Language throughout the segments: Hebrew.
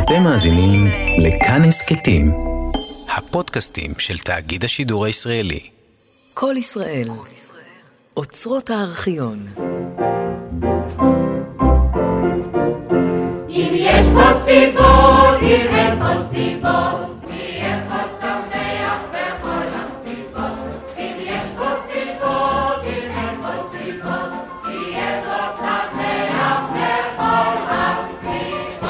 אתם מאזינים לכאן הסכתים, הפודקאסטים של תאגיד השידור הישראלי. כל ישראל, אוצרות הארכיון. אם יש פה סיבות, יראה פה סיבות, יהיה פה שמח בכל המסיבות. אם יש פה סיבות, יראה פה סיבות, יהיה פה שמח בכל המסיבות.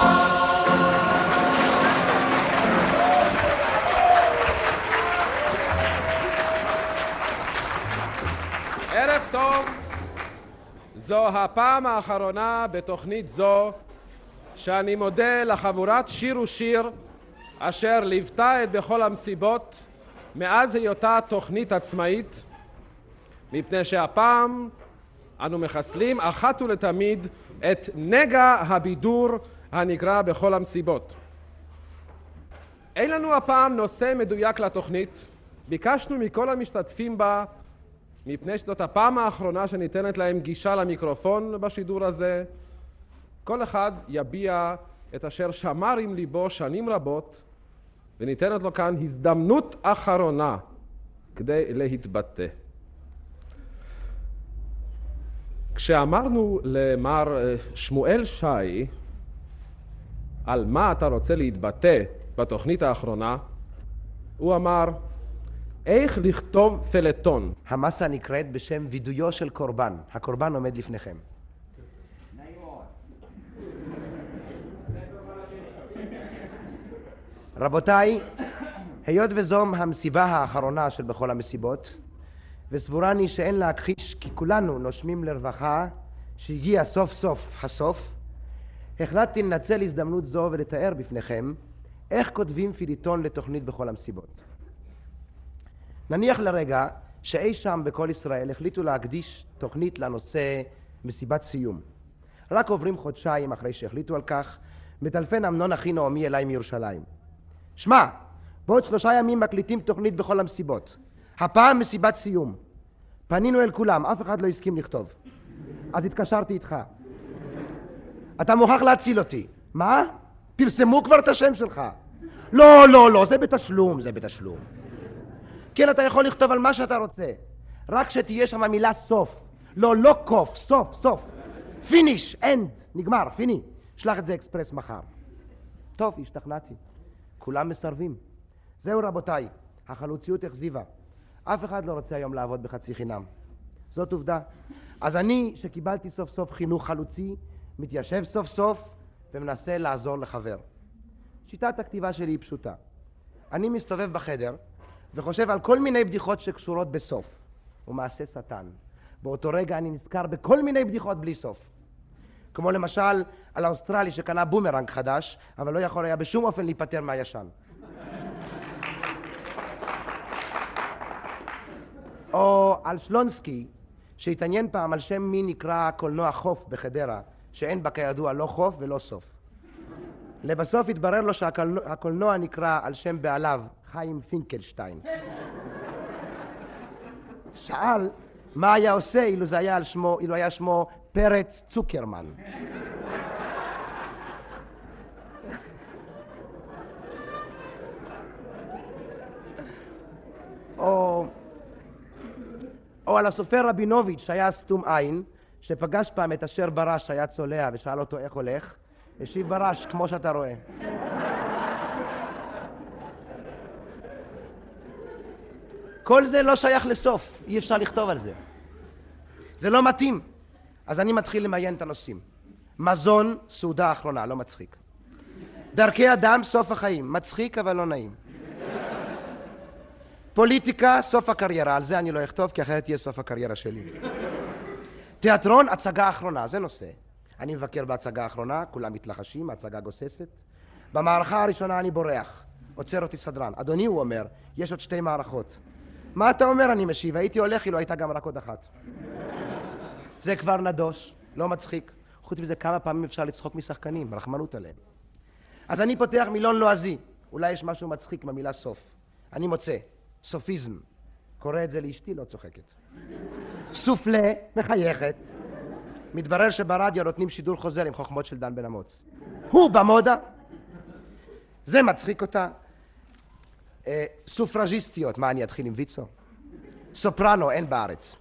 ערב טוב, זו הפעם האחרונה בתוכנית זו שאני מודה לחבורת שיר ושיר אשר ליוותה את בכל המסיבות מאז היותה תוכנית עצמאית, מפני שהפעם אנו מחסלים אחת ולתמיד את נגע הבידור הנקרא בכל המסיבות. אין לנו הפעם נושא מדויק לתוכנית, ביקשנו מכל המשתתפים בה, מפני שזאת הפעם האחרונה שניתנת להם גישה למיקרופון בשידור הזה, כל אחד יביע את אשר שמר עם ליבו שנים רבות, וניתנת לו כאן הזדמנות אחרונה כדי להתבטא. כשאמרנו למר שמואל שי על מה אתה רוצה להתבטא בתוכנית האחרונה, הוא אמר, איך לכתוב פלטון. המסה נקראת בשם וידויו של קורבן. הקורבן עומד לפניכם. רבותיי, היות וזו המסיבה האחרונה של בכל המסיבות, וסבורני שאין להכחיש כי כולנו נושמים לרווחה שהגיע סוף סוף הסוף, החלטתי לנצל הזדמנות זו ולתאר בפניכם איך כותבים פיליטון לתוכנית בכל המסיבות. נניח לרגע שאי שם בכל ישראל החליטו להקדיש תוכנית לנושא מסיבת סיום. רק עוברים חודשיים אחרי שהחליטו על כך, מטלפן אמנון אחי נעמי אליי מירושלים. שמע, בעוד 3 ימים מקליטים תוכנית בכל המסיבות. הפעם מסיבת סיום. פנינו אל כולם, אף אחד לא הסכים לכתוב. אז התקשרתי איתך. אתה מוכרח להציל אותי. מה? פרסמו כבר את השם שלך. לא, זה בתשלום, זה בתשלום. כן, אתה יכול לכתוב על מה שאתה רוצה. רק שתהיה שם המילה סוף. לא קוף, סוף. פיניש, אנד, נגמר, פיני. שלח את זה אקספרס מחר. טוב, השתכנעתי. כולם מסרבים. זהו רבותיי, החלוציות הכזיבה. אף אחד לא רוצה היום לעבוד בחצי חינם. זאת עובדה. אז אני, שקיבלתי סוף סוף חינוך חלוצי, מתיישב סוף סוף ומנסה לעזור לחבר. שיטת הכתיבה שלי היא פשוטה. אני מסתובב בחדר וחושב על כל מיני בדיחות שקשורות בסוף. הוא מעשה שטן. באותו רגע אני נזכר בכל מיני בדיחות בלי סוף. כמו למשל על האוסטרלי שקנה בומרנג חדש, אבל לא יכול היה בשום אופן להיפטר מהישן. או על שלונסקי, שהתעניין פעם על שם מי נקרא קולנוע חוף בחדרה, שאין בה כידוע לא חוף ולא סוף. לבסוף התברר לו שהקולנוע נקרא על שם בעליו, חיים פינקלשטיין. שאל מה היה עושה אילו היה שמו פרץ צוקרמן. או על הסופר רבינוביץ' שהיה סתום עין, שפגש פעם את אשר ברש שהיה צולע ושאל אותו איך הולך, השיב ברש כמו שאתה רואה. כל זה לא שייך לסוף, אי אפשר לכתוב על זה. זה לא מתאים. אז אני מתחיל למיין את הנושאים. מזון, סעודה האחרונה, לא מצחיק. דרכי אדם, סוף החיים, מצחיק אבל לא נעים. פוליטיקה, סוף הקריירה, על זה אני לא אכתוב כי אחרת תהיה סוף הקריירה שלי. תיאטרון, הצגה האחרונה, זה נושא. אני מבקר בהצגה האחרונה, כולם מתלחשים, הצגה גוססת. במערכה הראשונה אני בורח, עוצר אותי סדרן. אדוני, הוא אומר, יש עוד 2 מערכות. מה אתה אומר? אני משיב, הייתי הולך אילו הייתה גם רק עוד אחת. זה כבר נדוש, לא מצחיק. חוץ מזה כמה פעמים אפשר לצחוק משחקנים, רחמנות עליהם. אז אני פותח מילון לועזי, אולי יש משהו מצחיק במילה סוף. אני מוצא, סופיזם. קורא את זה לאשתי, לא צוחקת. סופלה, מחייכת. מתברר שברדיו נותנים שידור חוזר עם חוכמות של דן בן אמוץ. הוא במודה. זה מצחיק אותה. סופרג'יסטיות, מה אני אתחיל עם ויצו? סופרנו, אין בארץ.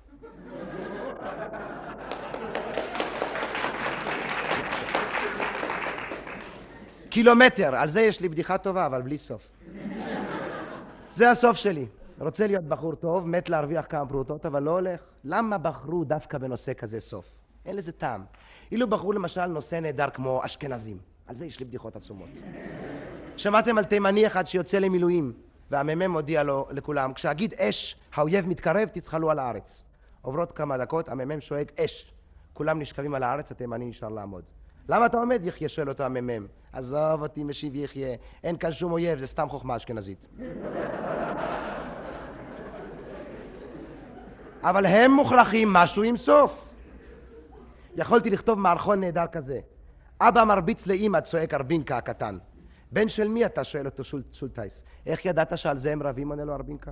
קילומטר, על זה יש לי בדיחה טובה, אבל בלי סוף. זה הסוף שלי. רוצה להיות בחור טוב, מת להרוויח כמה פרוטות, אבל לא הולך. למה בחרו דווקא בנושא כזה סוף? אין לזה טעם. אילו בחרו למשל נושא נהדר כמו אשכנזים. על זה יש לי בדיחות עצומות. שמעתם על תימני אחד שיוצא למילואים, והמ"מ הודיע לו לכולם, כשאגיד אש, האויב מתקרב, תתחלו על הארץ. עוברות כמה דקות, המ"מ שואג אש. כולם נשכבים על הארץ, התימני נשאר לעמוד. למה אתה עומד? יחיה שואל אותו המ"מ. עזוב אותי, משיב יחיה, אין כאן שום אויב, זה סתם חוכמה אשכנזית. אבל הם מוכרחים משהו עם סוף. יכולתי לכתוב מערכון נהדר כזה. אבא מרביץ לאמא, צועק ארבינקה הקטן. בן של מי אתה? שואל אותו שולטייס. איך ידעת שעל זה הם רבים? עונה לו ארבינקה.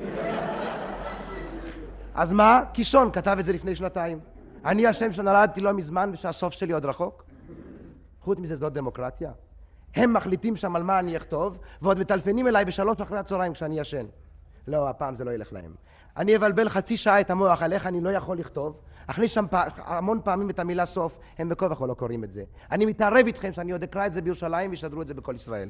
אז מה? קישון כתב את זה לפני 2 אני השם שנולדתי לא מזמן ושהסוף שלי עוד רחוק. חוץ מזה זאת דמוקרטיה. הם מחליטים שם על מה אני אכתוב, ועוד מטלפנים אליי ב3 אחרי הצהריים כשאני ישן. לא, הפעם זה לא ילך להם. אני אבלבל חצי שעה את המוח על איך אני לא יכול לכתוב, אכניס שם המון פעמים את המילה סוף, הם בכל וכל לא קוראים את זה. אני מתערב איתכם שאני עוד אקרא את זה בירושלים וישדרו את זה בכל ישראל.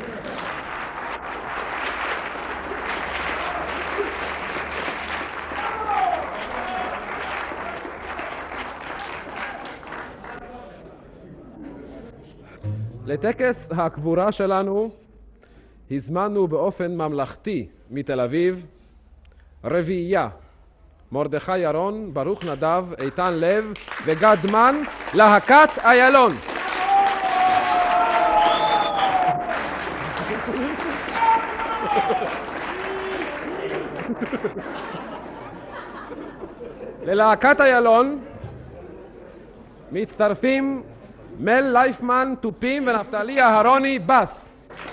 לטקס הקבורה שלנו הזמנו באופן ממלכתי מתל אביב רביעייה, מרדכי ירון, ברוך נדב, איתן לב וגדמן, להקת איילון. ללהקת איילון מצטרפים מל לייפמן, טופים ונפתלי אהרוני, בס.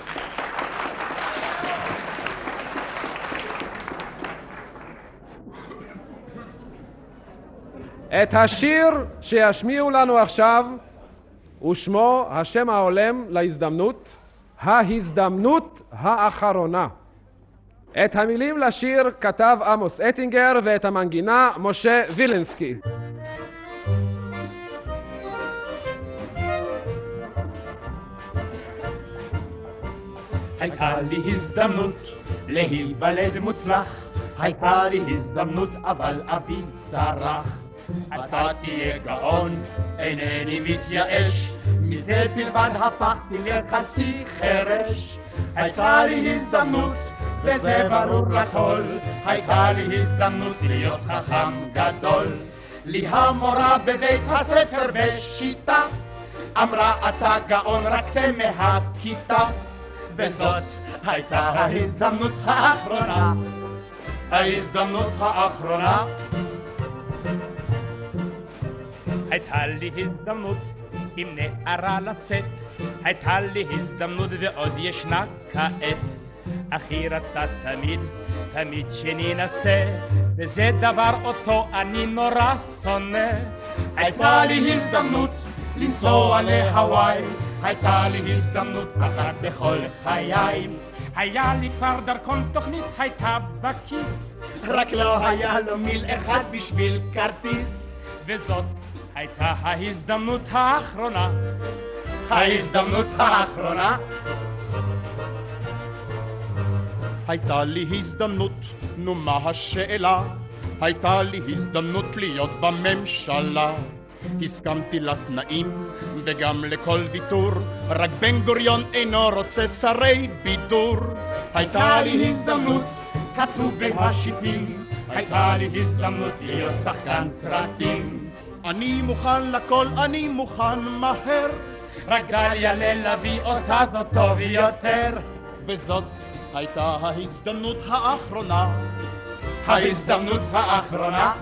את השיר שישמיעו לנו עכשיו ושמו השם ההולם להזדמנות, ההזדמנות האחרונה. את המילים לשיר כתב עמוס אטינגר ואת המנגינה משה וילנסקי. הייתה לי הזדמנות להיוולד מוצלח, הייתה לי הזדמנות אבל אבי צרח. אתה תהיה גאון, אינני מתייאש, מזה בלבד הפכתי לחצי חרש. הייתה לי הזדמנות, וזה ברור לכל, הייתה לי הזדמנות להיות חכם גדול. לי המורה בבית הספר בשיטה אמרה אתה גאון רק צא מהכיתה, וזאת הייתה ההזדמנות האחרונה, ההזדמנות האחרונה. הייתה לי הזדמנות עם נערה לצאת, הייתה לי הזדמנות ועוד ישנה כעת, אך היא רצתה תמיד שננסה, וזה דבר אותו אני נורא שונא. הייתה לי הזדמנות לנסוע להוואי, הייתה לי הזדמנות אחת בכל חיי, היה לי כבר דרכון, תוכנית הייתה בכיס, רק לא היה לו מיל אחד בשביל כרטיס, וזאת הייתה ההזדמנות האחרונה, ההזדמנות האחרונה. הייתה לי הזדמנות, נו מה השאלה? הייתה לי הזדמנות להיות בממשלה, הסכמתי לתנאים וגם לכל ויתור, רק בן גוריון אינו רוצה שרי בידור. הייתה לי הזדמנות, כתוב בהשיטים, הייתה לי הזדמנות להיות שחקן סרטים. אני מוכן לכל, אני מוכן מהר, רק דליה ללוי עושה זאת טוב יותר, וזאת הייתה ההזדמנות האחרונה, ההזדמנות האחרונה.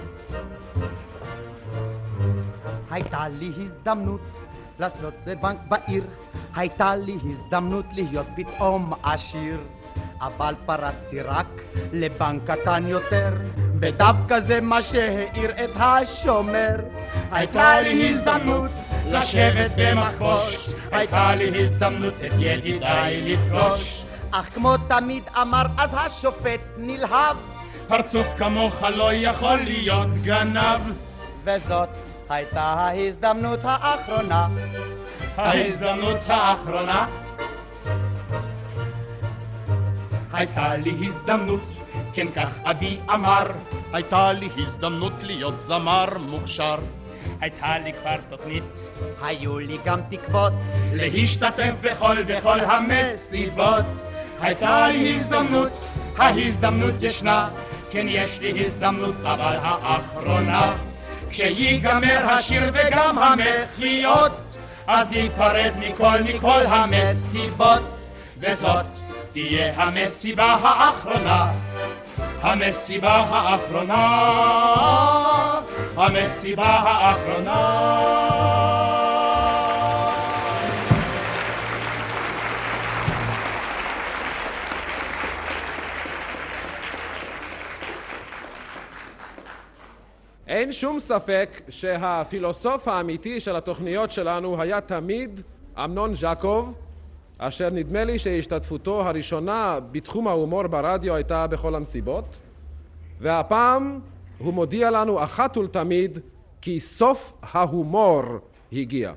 הייתה לי הזדמנות לעשות לבנק בעיר, הייתה לי הזדמנות להיות פתאום עשיר, אבל פרצתי רק לבנק קטן יותר, ודווקא זה מה שהעיר את השומר. הייתה לי הזדמנות לשבת במחבוש, הייתה לי הזדמנות את ידידיי לפגוש, אך כמו תמיד אמר אז השופט נלהב, פרצוף כמוך לא יכול להיות גנב. וזאת הייתה ההזדמנות האחרונה. ההזדמנות האחרונה. הייתה לי הזדמנות, כן כך אבי אמר, הייתה לי הזדמנות להיות זמר מוכשר. הייתה לי כבר תוכנית, היו לי גם תקוות להשתתף בכל המסיבות. הייתה לי הזדמנות, ההזדמנות ישנה, כן יש לי הזדמנות אבל האחרונה. כשיגמר השיר וגם המחיות, אז ניפרד מכל המסיבות, וזאת תהיה המסיבה האחרונה. המסיבה האחרונה, המסיבה האחרונה. אין שום ספק שהפילוסוף האמיתי של התוכניות שלנו היה תמיד אמנון ז'קוב, אשר נדמה לי שהשתתפותו הראשונה בתחום ההומור ברדיו הייתה בכל המסיבות, והפעם הוא מודיע לנו אחת ולתמיד כי סוף ההומור הגיע.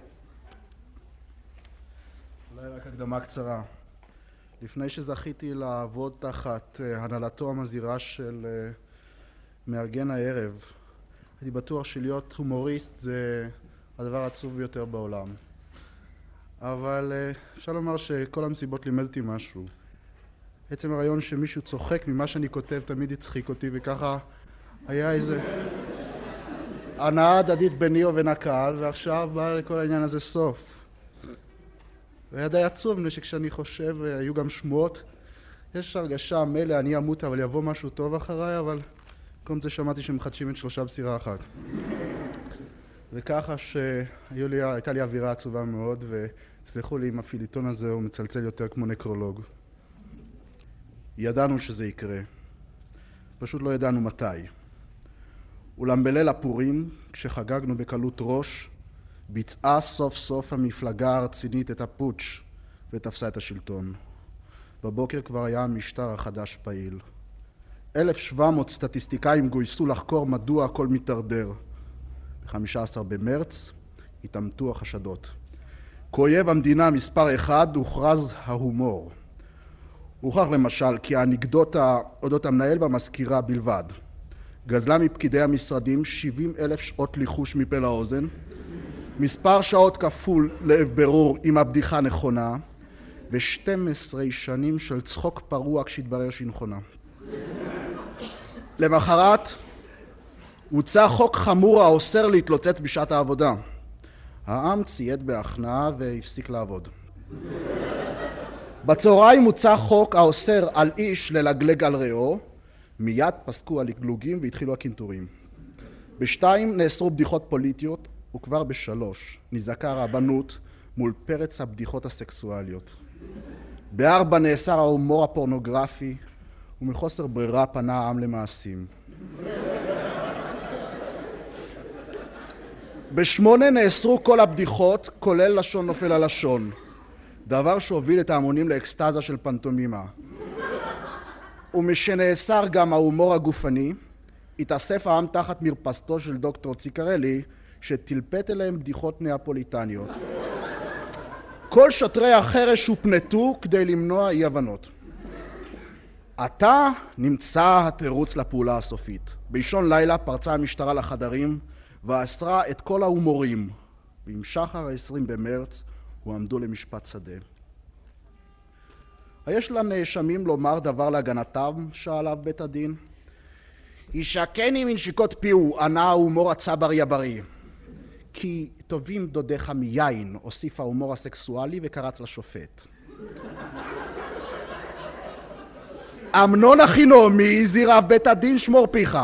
אולי רק הקדמה קצרה. לפני שזכיתי לעבוד תחת הנהלתו המזהירה של מארגן הערב, הייתי בטוח שלהיות הומוריסט זה הדבר העצוב ביותר בעולם. אבל אפשר לומר שכל המסיבות לימדתי משהו. עצם הרעיון שמישהו צוחק ממה שאני כותב תמיד הצחיק אותי, וככה היה איזה הנאה הדדית ביני ובין הקהל, ועכשיו בא לכל העניין הזה סוף. והיה די עצוב, מפני שכשאני חושב, היו גם שמועות, יש הרגשה, מילא אני אמות אבל יבוא משהו טוב אחריי, אבל במקום זה שמעתי שמחדשים את 3 בסירה אחת. וככה שהייתה לי אווירה עצובה מאוד, וסלחו לי אם הפיליטון הזה הוא מצלצל יותר כמו נקרולוג. ידענו שזה יקרה, פשוט לא ידענו מתי. אולם בליל הפורים, כשחגגנו בקלות ראש, ביצעה סוף סוף המפלגה הרצינית את הפוטש ותפסה את השלטון. בבוקר כבר היה המשטר החדש פעיל. 1,700 סטטיסטיקאים גויסו לחקור מדוע הכל מתדרדר. ב-15 במרץ התעמתו החשדות. כאויב המדינה מספר 1 הוכרז ההומור. הוכח למשל כי האנקדוטה אודות המנהל והמזכירה בלבד גזלה מפקידי המשרדים 70,000 שעות ליחוש מפה לאוזן, מספר שעות כפול לברור אם הבדיחה נכונה, ו12 שנים של צחוק פרוע כשהתברר שהיא נכונה. למחרת הוצא חוק חמור האוסר להתלוצץ בשעת העבודה. העם ציית בהכנעה והפסיק לעבוד. בצהריים הוצא חוק האוסר על איש ללגלג על רעו, מיד פסקו הלגלוגים והתחילו הקינטורים. ב2 נאסרו בדיחות פוליטיות, וכבר ב3 נזעקה הרבנות מול פרץ הבדיחות הסקסואליות. ב4 נאסר ההומור הפורנוגרפי, ומחוסר ברירה פנה העם למעשים. ב8 נאסרו כל הבדיחות, כולל לשון נופל על לשון. דבר שהוביל את ההמונים לאקסטזה של פנטומימה. ומשנאסר גם ההומור הגופני, התאסף העם תחת מרפסתו של דוקטור ציקרלי, שטלפט אליהם בדיחות נאפוליטניות. כל שוטרי החרש הופנטו כדי למנוע אי הבנות. עתה נמצא התירוץ לפעולה הסופית. באישון לילה פרצה המשטרה לחדרים ואסרה את כל ההומורים, ועם שחר ה-20 במרץ הועמדו למשפט שדה. היש לנאשמים לומר דבר להגנתם? שאליו בית הדין. ישקני מנשיקות פיהו, ענה ההומור הצבר יברי. כי טובים דודיך מיין, הוסיף ההומור הסקסואלי וקרץ לשופט. אמנון אחינומי, הזהיר אב בית הדין, שמור פיך.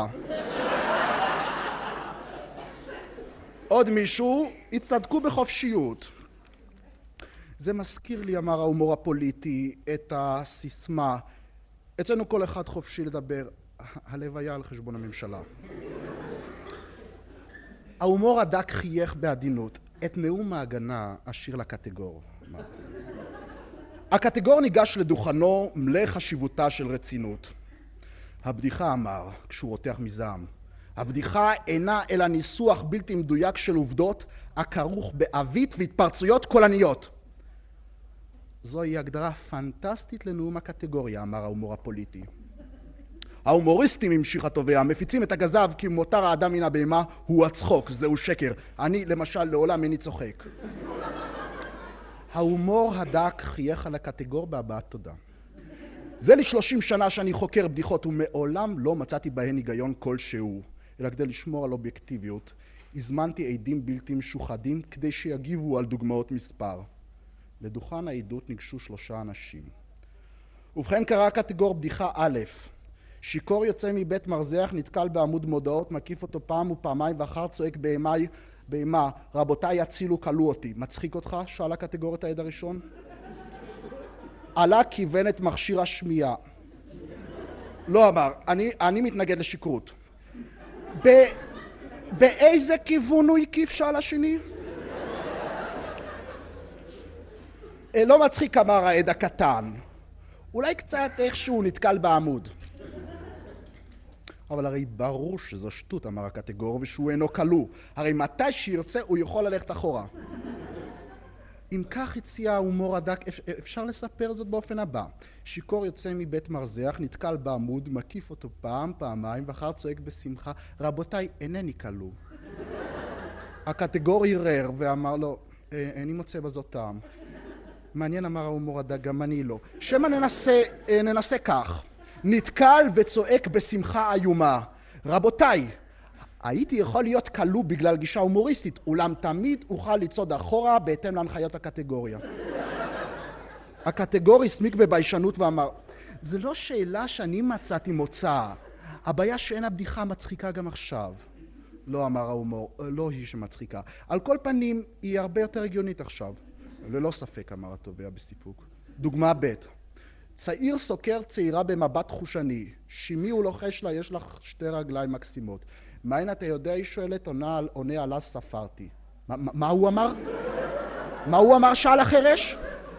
עוד מישהו, הצטדקו בחופשיות. זה מזכיר לי, אמר ההומור הפוליטי, את הסיסמה. אצלנו כל אחד חופשי לדבר, הלב היה על חשבון הממשלה. ההומור הדק חייך בעדינות. את נאום ההגנה אשאיר לקטגור. הקטגור ניגש לדוכנו מלא חשיבותה של רצינות. הבדיחה, אמר, כשהוא רותח מזעם, הבדיחה אינה אלא ניסוח בלתי מדויק של עובדות הכרוך בעווית והתפרצויות קולניות. זוהי הגדרה פנטסטית לנאום הקטגוריה, אמר ההומור הפוליטי. ההומוריסטים, המשיך התובע, מפיצים את הגזב כי מותר האדם מן הבהמה הוא הצחוק, זהו שקר. אני, למשל, לעולם איני צוחק. ההומור הדק חייך על הקטגור בהבעת תודה. זה לי 30 שנה שאני חוקר בדיחות ומעולם לא מצאתי בהן היגיון כלשהו, אלא כדי לשמור על אובייקטיביות, הזמנתי עדים בלתי משוחדים כדי שיגיבו על דוגמאות מספר. לדוכן העדות ניגשו 3 אנשים. ובכן קרא הקטגור בדיחה א', שיכור יוצא מבית מרזח, נתקל בעמוד מודעות, מקיף אותו פעם ופעמיים ואחר צועק בהמה, רבותיי הצילו, כלו אותי. מצחיק אותך? שאל הקטגור את העד הראשון. עלה כיוון את מכשיר השמיעה. לא, אמר, אני מתנגד לשכרות. באיזה כיוון הוא הקיף? שאל השני. לא מצחיק, אמר העד הקטן. אולי קצת איכשהו נתקל בעמוד. אבל הרי ברור שזו שטות, אמר הקטגור, ושהוא אינו כלוא. הרי מתי שירצה הוא יכול ללכת אחורה. אם כך הציע ההומור הדק, אפשר לספר זאת באופן הבא. שיכור יוצא מבית מרזח, נתקל בעמוד, מקיף אותו פעם, פעמיים, ואחר צועק בשמחה, רבותיי, אינני כלוא. הקטגור ערער ואמר לו, איני מוצא בזאת טעם. מעניין, אמר ההומור הדק, גם אני לא. שמא ננסה כך. נתקל וצועק בשמחה איומה. רבותיי, הייתי יכול להיות כלוא בגלל גישה הומוריסטית, אולם תמיד אוכל לצעוד אחורה בהתאם להנחיות הקטגוריה. הקטגור הסמיק בביישנות ואמר, זה לא שאלה שאני מצאתי מוצא. הבעיה שאין הבדיחה מצחיקה גם עכשיו. לא, אמר ההומור, לא היא שמצחיקה. על כל פנים, היא הרבה יותר הגיונית עכשיו. ללא ספק, אמר התובע בסיפוק. דוגמה ב' צעיר סוקר צעירה במבט חושני. שימי הוא לוחש לה, יש לך 2 רגליים מקסימות. מאין אתה יודע? היא שואלת, עונה עלה, ספרתי. מה הוא אמר? מה הוא אמר? שאל החרש?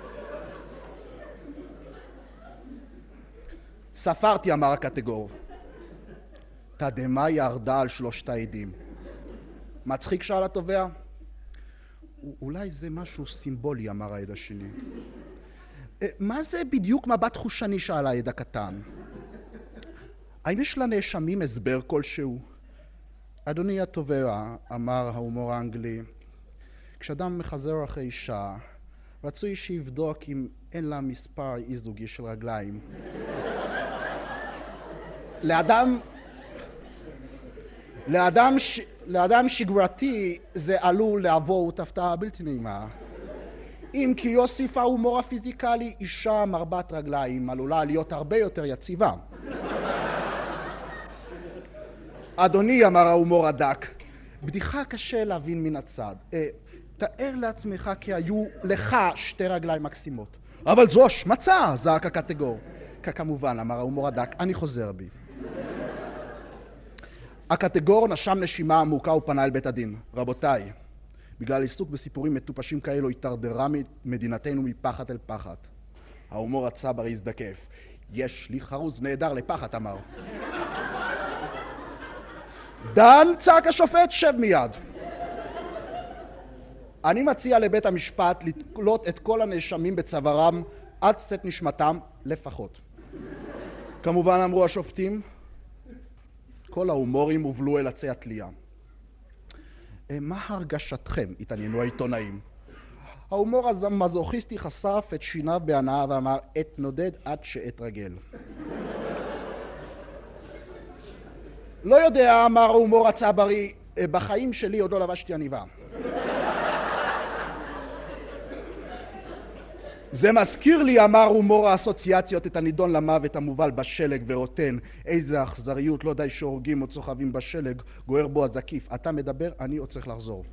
ספרתי, אמר הקטגור. תדהמה ירדה על 3 העדים. מצחיק? שאל התובע. אולי זה משהו סימבולי, אמר העד השני. מה זה בדיוק מבט חושני? שאל העד הקטן. האם יש לנאשמים הסבר כלשהו? אדוני התובע, אמר ההומור האנגלי, כשאדם מחזר אחרי אישה, רצוי שיבדוק אם אין לה מספר אי-זוגי של רגליים. לאדם שגרתי זה עלול לעבור הפתעה בלתי נעימה. אם כי יוסיף ההומור הפיזיקלי, אישה מרבת רגליים עלולה להיות הרבה יותר יציבה. אדוני, אמר ההומור הדק, בדיחה קשה להבין מן הצד. תאר לעצמך כי היו לך 2 רגליים מקסימות. אבל זו השמצה, זעק הקטגור. כמובן, אמר ההומור הדק, אני חוזר בי. הקטגור נשם נשימה עמוקה ופנה אל בית הדין. רבותיי, בגלל עיסוק בסיפורים מטופשים כאלו התדרדרה מדינתנו מפחד אל פחד. ההומור הצבר הזדקף. יש לי חרוז נהדר לפחד, אמר. דן, צעק השופט, שב מיד. אני מציע לבית המשפט לתלות את כל הנאשמים בצווארם עד צאת נשמתם לפחות. כמובן, אמרו השופטים, כל ההומורים הובלו אל עצי התלייה. מה הרגשתכם? התעניינו העיתונאים. ההומור המזוכיסטי חשף את שיניו בהנאה ואמר, עת נודד עד שעת רגל. לא יודע, אמר ההומור הצברי, בחיים שלי עוד לא לבשתי עניבה. זה מזכיר לי, אמר הומור האסוציאציות, את הנידון למוות המובל בשלג ורוטן. איזה אכזריות, לא די שהורגים או צוחבים בשלג, גוער בו הזקיף. אתה מדבר, אני עוד צריך לחזור.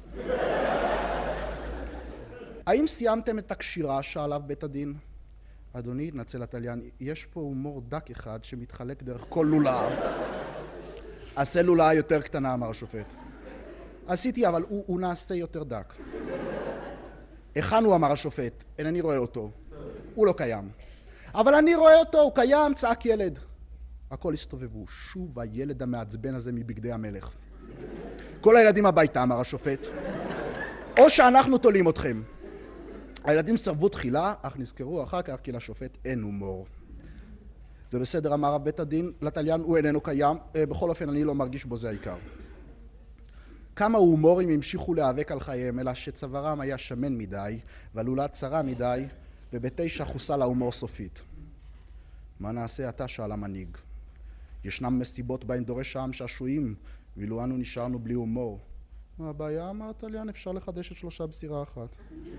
האם סיימתם את הקשירה? שאליו בית הדין. אדוני, התנצל התליין, יש פה הומור דק אחד שמתחלק דרך כל לולאה. עשה לולאה יותר קטנה, אמר השופט. עשיתי, אבל הוא נעשה יותר דק. היכן הוא, אמר השופט? אינני רואה אותו. הוא לא קיים. אבל אני רואה אותו, הוא קיים, צעק ילד. הכל הסתובבו. שוב הילד המעצבן הזה מבגדי המלך. כל הילדים הביתה, אמר השופט. או שאנחנו תולים אתכם. הילדים סרבו תחילה, אך נזכרו אחר כך כי לשופט אין הומור. זה בסדר, אמר בית הדין, לתליין הוא איננו קיים, בכל אופן אני לא מרגיש בו, זה העיקר. כמה הומורים המשיכו להיאבק על חייהם, אלא שצווארם היה שמן מדי, והלולה צרה מדי, וב9 חוסל ההומור סופית. מה נעשה אתה? שאל המנהיג. ישנם מסיבות בהן דורש העם שעשועים, ואילו אנו נשארנו בלי הומור. מה הבעיה? אמר התליין, אפשר לחדש את 3 בסירה אחת.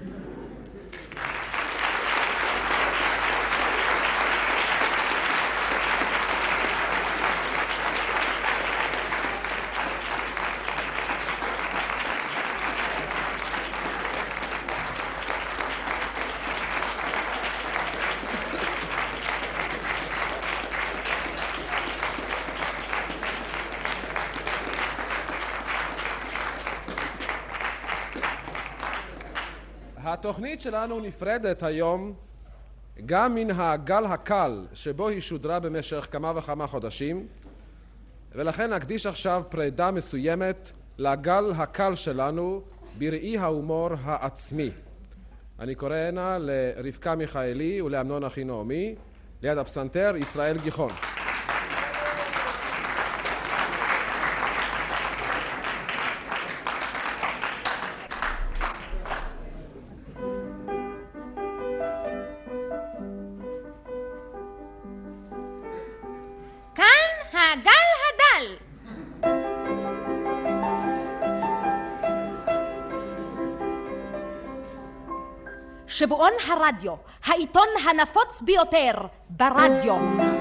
התוכנית שלנו נפרדת היום גם מן הגל הקל שבו היא שודרה במשך כמה וכמה חודשים, ולכן נקדיש עכשיו פרידה מסוימת לגל הקל שלנו בראי ההומור העצמי. אני קורא הנה לרבקה מיכאלי ולאמנון אחינועמי, ליד הפסנתר ישראל גיחון. שבועון הרדיו, העיתון הנפוץ ביותר ברדיו.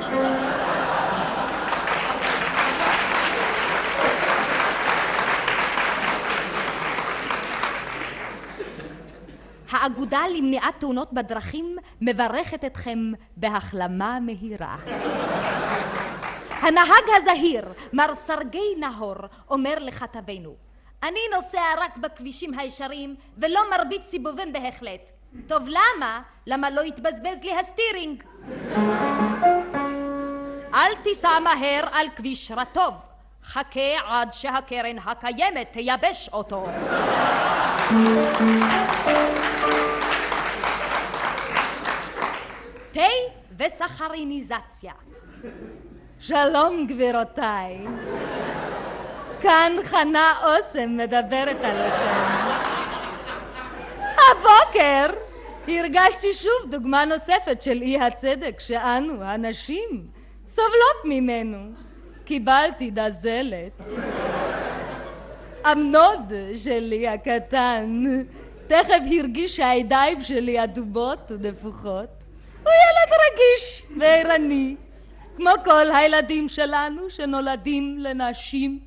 האגודה למניעת תאונות בדרכים מברכת אתכם בהחלמה מהירה. הנהג הזהיר, מר סרגי נהור, אומר לכתבנו, אני נוסע רק בכבישים הישרים ולא מרבית סיבובים בהחלט. טוב, למה? למה לא יתבזבז לי הסטירינג? אל תיסע מהר על כביש רטוב. חכה עד שהקרן הקיימת תייבש אותו. תה וסחריניזציה. שלום גבירותיי. כאן חנה אוסם מדברת עליכם. הבוקר הרגשתי שוב דוגמה נוספת של אי הצדק שאנו, הנשים, סובלות ממנו. קיבלתי דזלת. אמנוד שלי הקטן תכף הרגיש שהידיים שלי אדומות ונפוחות. הוא ילד רגיש וערני, כמו כל הילדים שלנו שנולדים לנשים.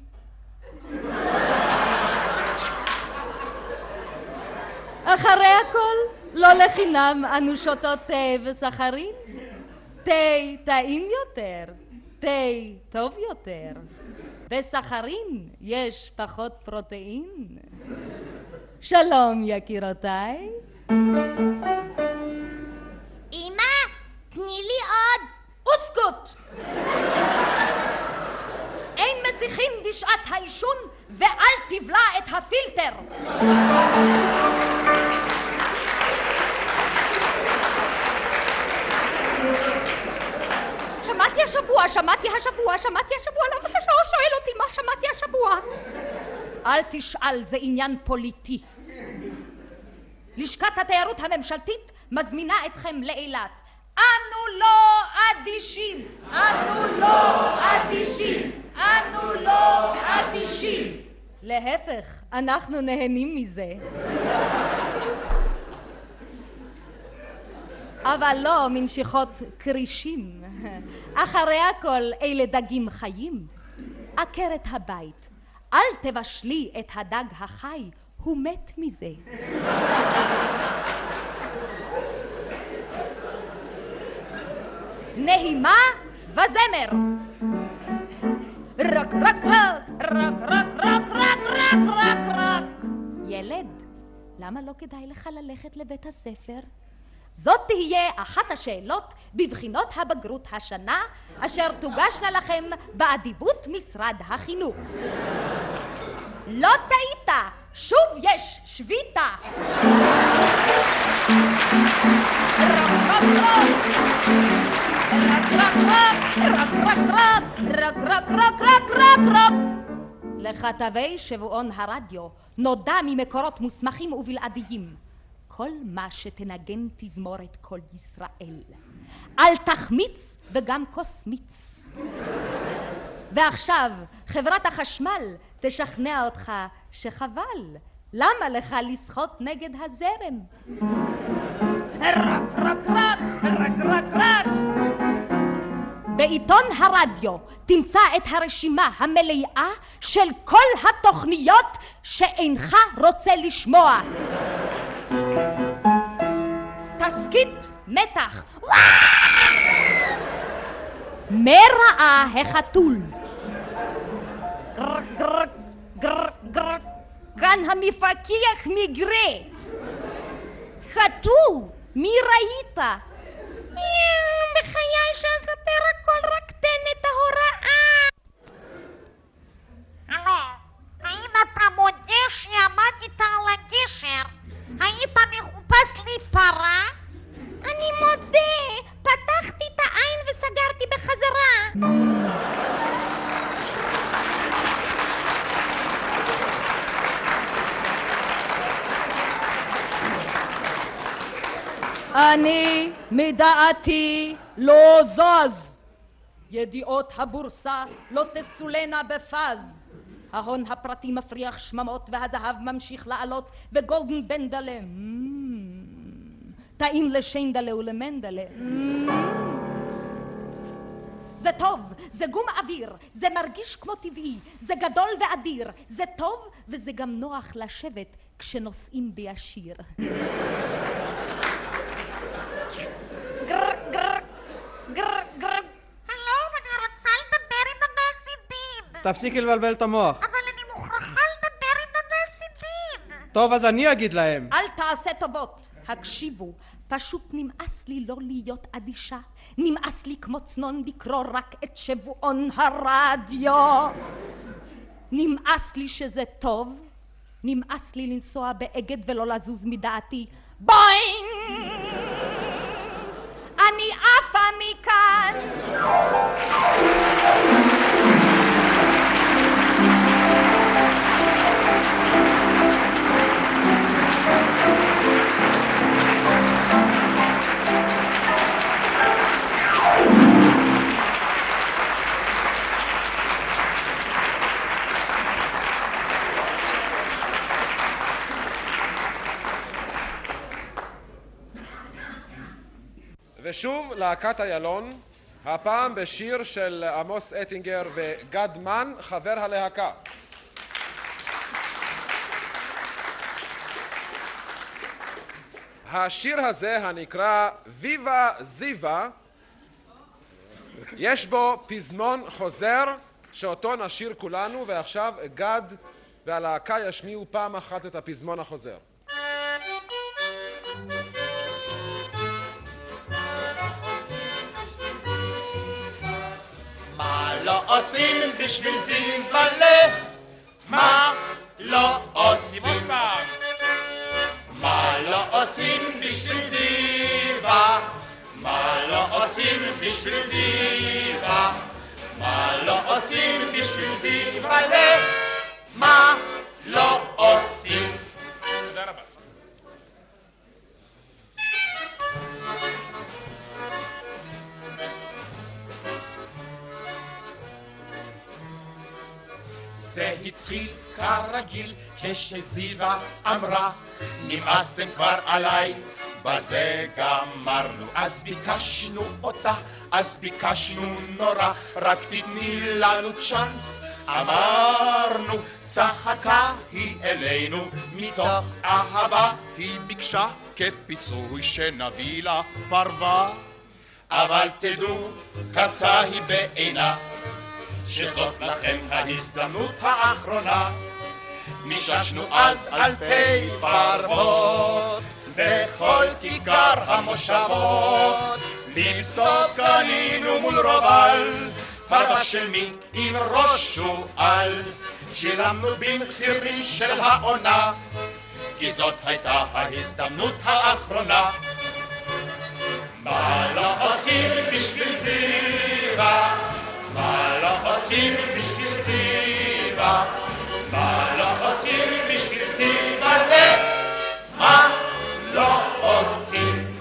אחרי הכל, לא לחינם אנו שותות תה וסחרין. תה טעים יותר, תה טוב יותר. בסחרין יש פחות פרוטאין. שלום יקירותיי. אמא, תני לי עוד. אוסקוט! אין מסיכין בשעת האישון ואל תבלע את הפילטר. שמעתי השבוע, למה אתה שואל אותי מה שמעתי השבוע? אל תשאל, זה עניין פוליטי. לשכת התיירות הממשלתית מזמינה אתכם לאילת. אנו לא אדישים, אנו לא אדישים, אנו לא אדישים. להפך, אנחנו נהנים מזה. אבל לא מנשיכות קרישים. אחרי הכל אלה דגים חיים. עקרת הבית, אל תבשלי את הדג החי, הוא מת מזה. נהימה וזמר. רק רק רק רק רק רק רק רק רק רק. ילד, למה לא כדאי לך ללכת לבית הספר? זאת תהיה אחת השאלות בבחינות הבגרות השנה, אשר תוגשנה לכם באדיבות משרד החינוך. לא טעית, שוב יש שביתה. לכתבי שבועון הרדיו נודע ממקורות מוסמכים ובלעדיים כל מה שתנגן תזמורת כל ישראל. אל תחמיץ וגם קוסמיץ. ועכשיו חברת החשמל תשכנע אותך שחבל. למה לך לשחות נגד הזרם? רק. בעיתון הרדיו תמצא את הרשימה המלאה של כל התוכניות שאינך רוצה לשמוע. תסכית מתח. מראה החתול. גר. כאן המפקח מגרה. חתול, מי ראית? בחיי שאספר הכל, רק תן את ההוראה. הלו, האם אתה מודה שעמדת על הגשר? היית מחופש לי פרה? אני מודה, פתחתי את העין וסגרתי בחזרה. אני מדעתי לא זז. ידיעות הבורסה לא תסולנה בפז. ההון הפרטי מפריח שממות והזהב ממשיך לעלות וגולדן בנדלה. טעים לשיינדלה ולמנדלה. זה טוב, זה גום אוויר, זה מרגיש כמו טבעי, זה גדול ואדיר, זה טוב וזה גם נוח לשבת כשנוסעים בישיר. גר. הלו, אני רוצה לדבר עם המסידים. תפסיקי לבלבל את המוח. אבל אני מוכרחה לדבר עם המסידים. טוב, אז אני אגיד להם. אל תעשה טובות, הקשיבו. פשוט נמאס לי לא להיות אדישה. נמאס לי כמו צנון לקרוא רק את שבועון הרדיו. נמאס לי שזה טוב. נמאס לי לנסוע באגד ולא לזוז מדעתי. בוינג! אני עפה מכאן. ושוב להקת איילון, הפעם בשיר של עמוס אטינגר וגד מן, חבר הלהקה. השיר הזה הנקרא ויבה זיווה, יש בו פזמון חוזר שאותו נשיר כולנו, ועכשיו גד והלהקה ישמיעו פעם אחת את הפזמון החוזר. לא עושים בשביל זיוולה? מה לא עושים? מה לא עושים בשביל זיווה? מה לא עושים בשביל זיווה? מה לא עושים בשביל זיוולה? מה לא עושים? תודה רבה. זה התחיל כרגיל כשזיווה אמרה נמאסתם כבר עליי, בזה גמרנו. אז ביקשנו אותה, אז ביקשנו נורא, רק תתני לנו צ'אנס. אמרנו, צחקה היא אלינו מתוך אהבה, היא ביקשה כפיצוי שנביא לה פרווה. אבל תדעו, קצה היא בעינה, שזאת לכם ההזדמנות האחרונה. מיששנו אז אלפי פרוות בכל כיכר המושבות, לבסוף קנינו מול רובל פרווה של מי עם ראש שועל. שילמנו במחירים של העונה, כי זאת הייתה ההזדמנות האחרונה. מה לא עושים בשביל זיווה? מה לא עושים בשביל זיווה? מה לא עושים בשביל זיווה? מה לא עושים?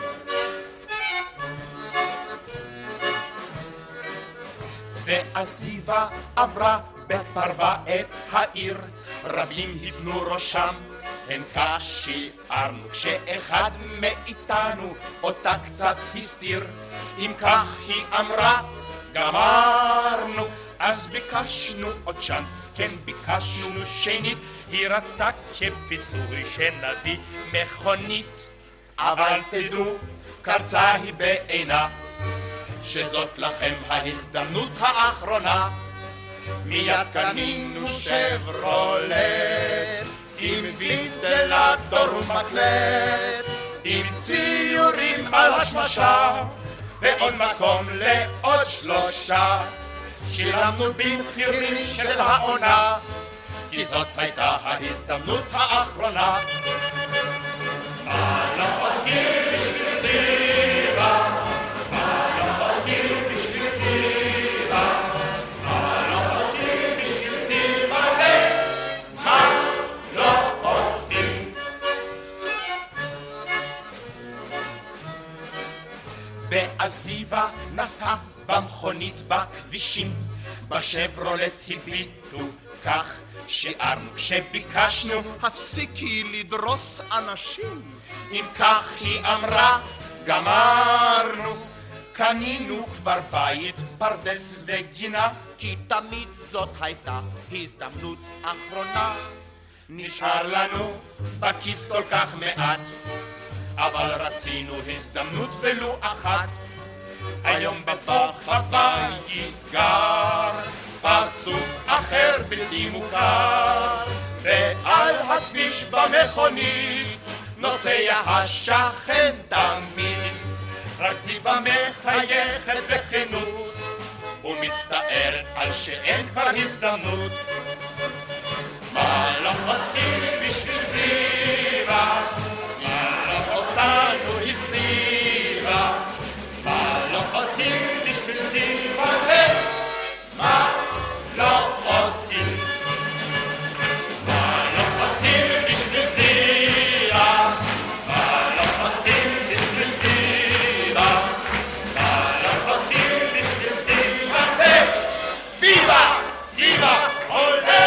ואז זיווה עברה בפרווה את העיר, רבים הפנו ראשם, הן כך שיערנו, כשאחד מאיתנו אותה קצת הסתיר. אם כך היא אמרה, גמרנו. אז ביקשנו עוד צ'אנס, כן ביקשנו שנית. היא רצתה כפיצוי שנביא מכונית, אבל תדעו, קרצה היא בעינה, שזאת לכם ההזדמנות האחרונה. מיד קנינו שברולט עם וינטלטור ומקלט, עם ציורים על השמשה ועוד מקום לעוד 3. שילמנו במחירים של העונה, כי זאת הייתה ההזדמנות האחרונה. מה לא עושים בשביל זיווה? מה לא עושים בשביל זיווה? מה לא עושים בשביל זיווה? מה לא עושים? ואז זיווה נסעה במכונית בכבישים, בשברולט הביטו כך שיערנו, כשביקשנו הפסיקי לדרוס אנשים. אם כך היא אמרה, גמרנו. קנינו כבר בית, פרדס וגינה, כי תמיד זאת הייתה הזדמנות אחרונה. נשאר לנו בכיס כל כך מעט, אבל רצינו הזדמנות ולו אחת. היום בתוך הבית גר פרצוף אחר בלתי מוכר, ועל הכביש במכונית נוסע השכן תמיד. רק זיווה מחייכת בכנות ומצטערת על שאין כבר הזדמנות. מה לא עושים בשביל זיווה? מה לא אותנו החזירה? מה לא עושים בשביל זיווה? מה לא עושים? מה לא עושים בשביל זיווה? מה לא עושים בשביל זיווה? מה לא עושים בשביל זיווה? ויבה! זיווה עולה!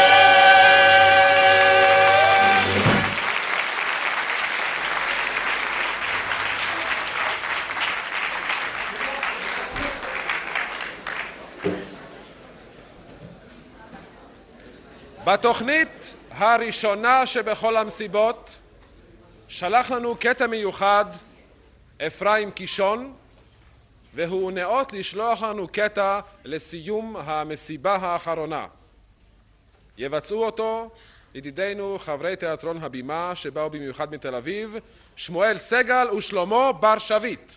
בתוכנית הראשונה שבכל המסיבות שלח לנו קטע מיוחד אפרים קישון, והוא נאות לשלוח לנו קטע לסיום המסיבה האחרונה. יבצעו אותו ידידינו חברי תיאטרון הבימה שבאו במיוחד מתל אביב, שמואל סגל ושלמה בר שביט.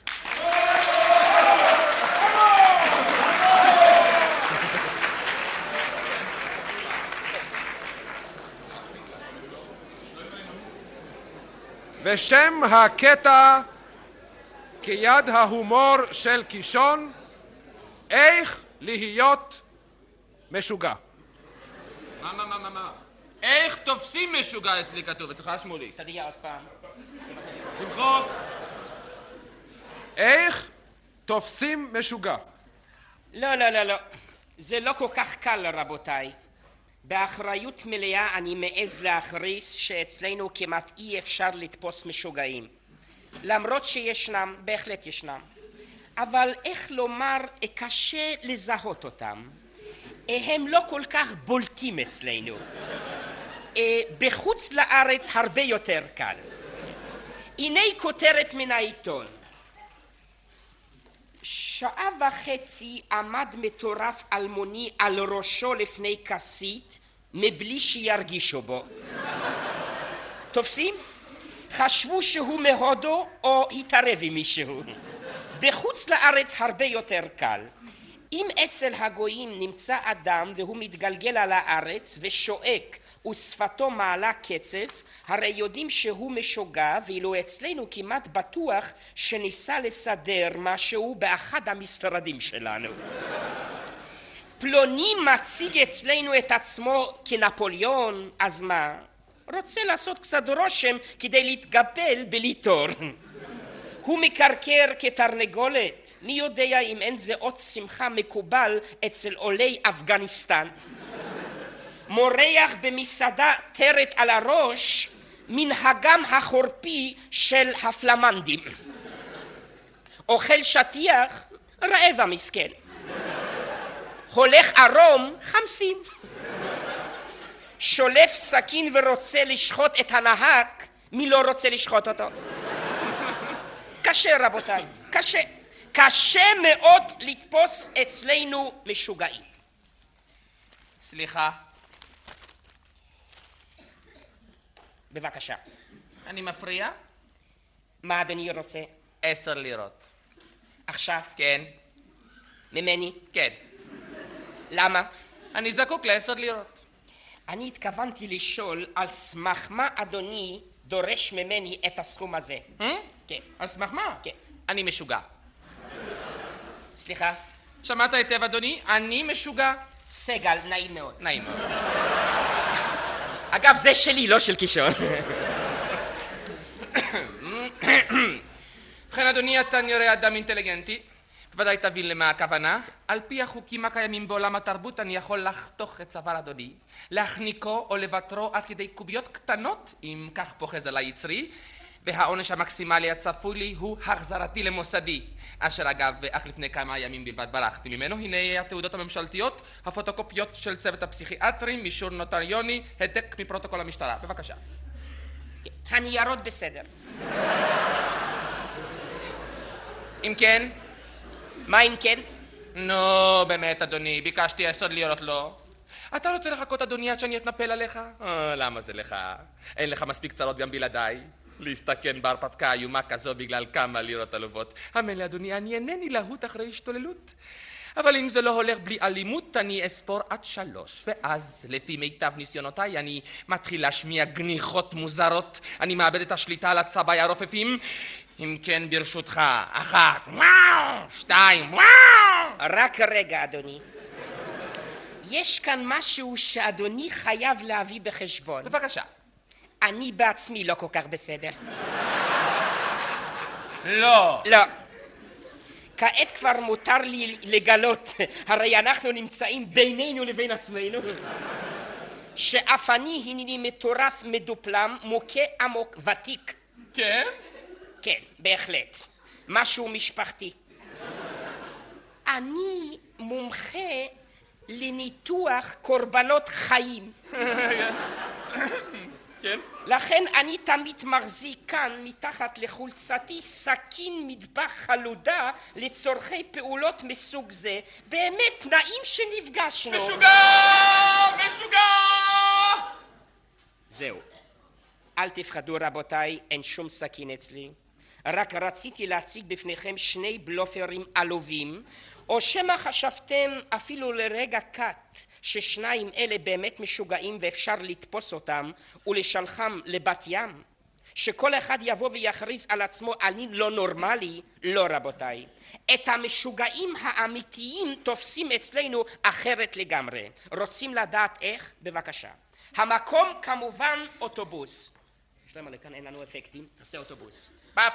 ושם הקטע כיד ההומור של קישון, איך להיות משוגע. מה? איך תופסים משוגע אצלי כתוב, אצלך שמולי. תדיע עוד פעם. תמחוק. איך תופסים משוגע? לא. זה לא כל כך קל, רבותיי. באחריות מלאה אני מעז להכריז שאצלנו כמעט אי אפשר לתפוס משוגעים. למרות שישנם, בהחלט ישנם. אבל איך לומר, קשה לזהות אותם. הם לא כל כך בולטים אצלנו. בחוץ לארץ הרבה יותר קל. הנה כותרת מן העיתון. 1.5 שעה עמד מטורף אלמוני על ראשו לפני כסית מבלי שירגישו בו. תופסים? חשבו שהוא מהודו או התערב עם מישהו. בחוץ לארץ הרבה יותר קל. אם אצל הגויים נמצא אדם והוא מתגלגל על הארץ ושואק ושפתו מעלה קצף, הרי יודעים שהוא משוגע, ואילו אצלנו כמעט בטוח שניסה לסדר משהו באחד המשרדים שלנו. פלוני מציג אצלנו את עצמו כנפוליאון, אז מה? רוצה לעשות קצת רושם כדי להתגפל בלי תור. הוא מקרקר כתרנגולת, מי יודע אם אין זה אות שמחה מקובל אצל עולי אפגניסטן. מורח במסעדה טרת על הראש, מנהגם החורפי של הפלמנדים. אוכל שטיח, רעב המסכן. הולך ערום, חמסין. שולף סכין ורוצה לשחוט את הנהג, מי לא רוצה לשחוט אותו? קשה רבותיי, קשה. קשה מאוד לתפוס אצלנו משוגעים. סליחה. בבקשה. אני מפריע? מה אדוני רוצה? 10 לירות. עכשיו? כן. ממני? כן. למה? אני זקוק ל10 לירות. אני התכוונתי לשאול על סמך מה אדוני דורש ממני את הסכום הזה. כן. על סמך מה? כן. אני משוגע. סליחה? שמעת היטב אדוני? אני משוגע. סגל, נעים מאוד. נעים מאוד. אגב, זה שלי, לא של קישון. ובכן אדוני, אתה נראה אדם אינטליגנטי. בוודאי תבין למה הכוונה. על פי החוקים הקיימים בעולם התרבות אני יכול לחתוך את צוואר אדוני, להחניקו או לבטרו עד כדי קוביות קטנות, אם כך פוחז על היצרי, והעונש המקסימלי הצפוי לי הוא החזרתי למוסדי, אשר אגב אך לפני כמה ימים בלבד ברחתי ממנו. הנה התעודות הממשלתיות, הפוטוקופיות של צוות הפסיכיאטרים, אישור נוטריוני, העתק מפרוטוקול המשטרה. בבקשה. הניירות בסדר. אם כן? מה אם כן? נו, באמת אדוני, ביקשתי 10 לירות לא. אתה רוצה לחכות אדוני עד שאני אתנפל עליך? למה זה לך? אין לך מספיק צרות גם בלעדיי. להסתכן בהרפתקה איומה כזו בגלל כמה לירות עלובות. המלא אדוני, אני אינני להוט אחרי השתוללות. אבל אם זה לא הולך בלי אלימות, אני אספור עד 3. ואז, לפי מיטב ניסיונותיי, אני מתחיל להשמיע גניחות מוזרות. אני מאבד את השליטה על הצבעי הרופפים. אם כן, ברשותך, 1, וואו! 2, וואו! רק רגע, אדוני. יש כאן משהו שאדוני חייב להביא בחשבון. בבקשה. אני בעצמי לא כל כך בסדר. לא. לא. כעת כבר מותר לי לגלות, הרי אנחנו נמצאים בינינו לבין עצמנו, שאף אני הנני מטורף מדופלם, מוכה עמוק ותיק. כן? כן, בהחלט. משהו משפחתי. אני מומחה לניתוח קורבנות חיים. כן? לכן אני תמיד מחזיק כאן מתחת לחולצתי סכין מטבח חלודה לצורכי פעולות מסוג זה. באמת נעים שנפגשנו. משוגע! משוגע! זהו. אל תפחדו רבותיי, אין שום סכין אצלי. רק רציתי להציג בפניכם 2 בלופרים עלובים, או שמא חשבתם אפילו לרגע קט ששניים אלה באמת משוגעים ואפשר לתפוס אותם ולשלחם לבת ים? שכל אחד יבוא ויכריז על עצמו אני לא נורמלי? לא רבותיי. את המשוגעים האמיתיים תופסים אצלנו אחרת לגמרי. רוצים לדעת איך? בבקשה. המקום כמובן אוטובוס. שלמה, לכאן אין לנו אפקטים, תעשה אוטובוס.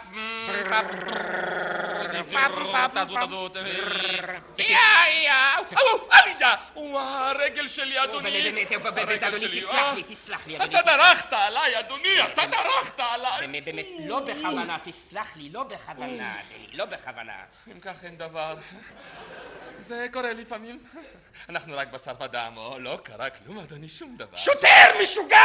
הרגל שלי אדוני. באמת אדוני, תסלח לי. אתה דרכת עליי אדוני, אתה דרכת עליי. באמת, לא בכוונה, תסלח לי, לא בכוונה אדוני, לא בכוונה. אם כך אין דבר. זה קורה לפעמים. אנחנו רק בשר ודם, או לא קרה כלום אדוני, שום דבר. שוטר משוגע!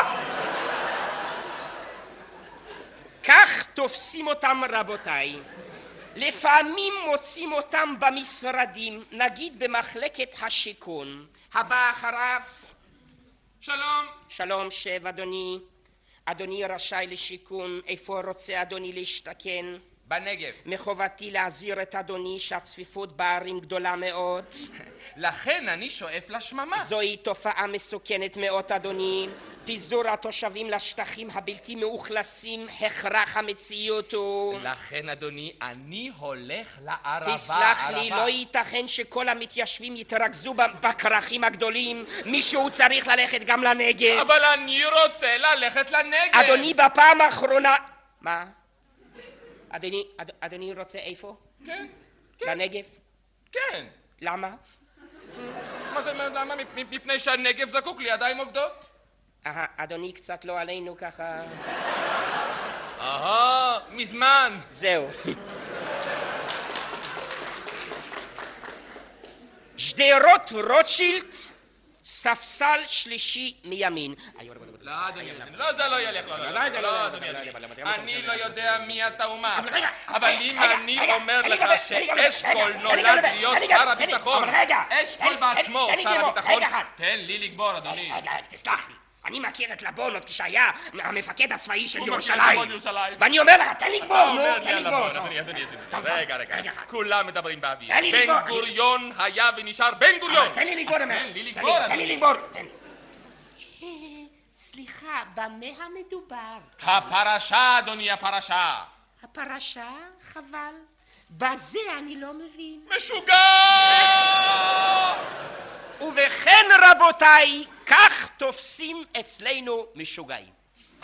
כך תופסים אותם רבותיי. לפעמים מוצאים אותם במשרדים, נגיד במחלקת השיכון. הבא אחריו. שלום. שלום, שב אדוני. אדוני רשאי לשיכון, איפה רוצה אדוני להשתכן? בנגב. מחובתי להזהיר את אדוני שהצפיפות בערים גדולה מאוד. לכן אני שואף לשממה. זוהי תופעה מסוכנת מאוד אדוני. פיזור התושבים לשטחים הבלתי מאוכלסים הכרח המציאות הוא. לכן אדוני אני הולך לערבה. תסלח לי, לא ייתכן שכל המתיישבים יתרכזו בכרכים הגדולים. מישהו צריך ללכת גם לנגב. אבל אני רוצה ללכת לנגב. אדוני בפעם האחרונה... מה? אדוני רוצה איפה? כן. בנגב? כן. למה? מה זה, למה? מפני שהנגב זקוק לידיים עובדות. אדוני קצת לא עלינו ככה... מזמן. זהו. שדרות רוטשילד, ספסל שלישי מימין. לא, אדוני, לא, זה לא ילך, לא, אדוני, אני לא יודע מי אתה ומה, אבל אם אני אומר לך שאשכול נולד להיות שר הביטחון, אשכול בעצמו שר הביטחון, תן לי לגבור, אדוני. תסלח לי, אני מכיר את לבונות כשהיה המפקד הצבאי של ירושלים, ואני אומר לך, תן לגבור, אדוני, רגע, כולם מדברים באוויר, בן גוריון היה ונשאר בן גוריון. תן לי לגבור, תן לי לגבור. סליחה, במה המדובר? הפרשה, אדוני, הפרשה. הפרשה? חבל. בזה אני לא מבין. משוגע! ובכן רבותיי, כך תופסים אצלנו משוגעים.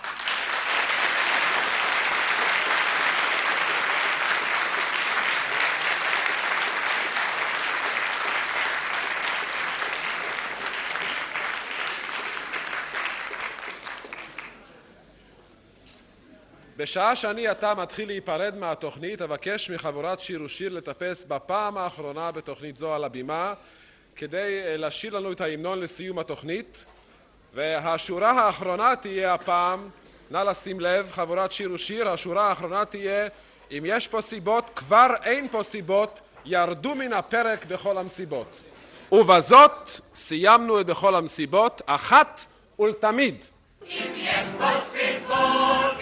בשעה שאני אתה מתחיל להיפרד מהתוכנית, אבקש מחבורת שיר ושיר לטפס בפעם האחרונה בתוכנית זו על הבימה, כדי לשיר לנו את ההמנון לסיום התוכנית. והשורה האחרונה תהיה הפעם, נא לשים לב, חבורת שיר ושיר, השורה האחרונה תהיה, אם יש פה סיבות, כבר אין פה סיבות, ירדו מן הפרק בכל המסיבות. ובזאת סיימנו את בכל המסיבות, אחת ולתמיד. אם יש פה סיבות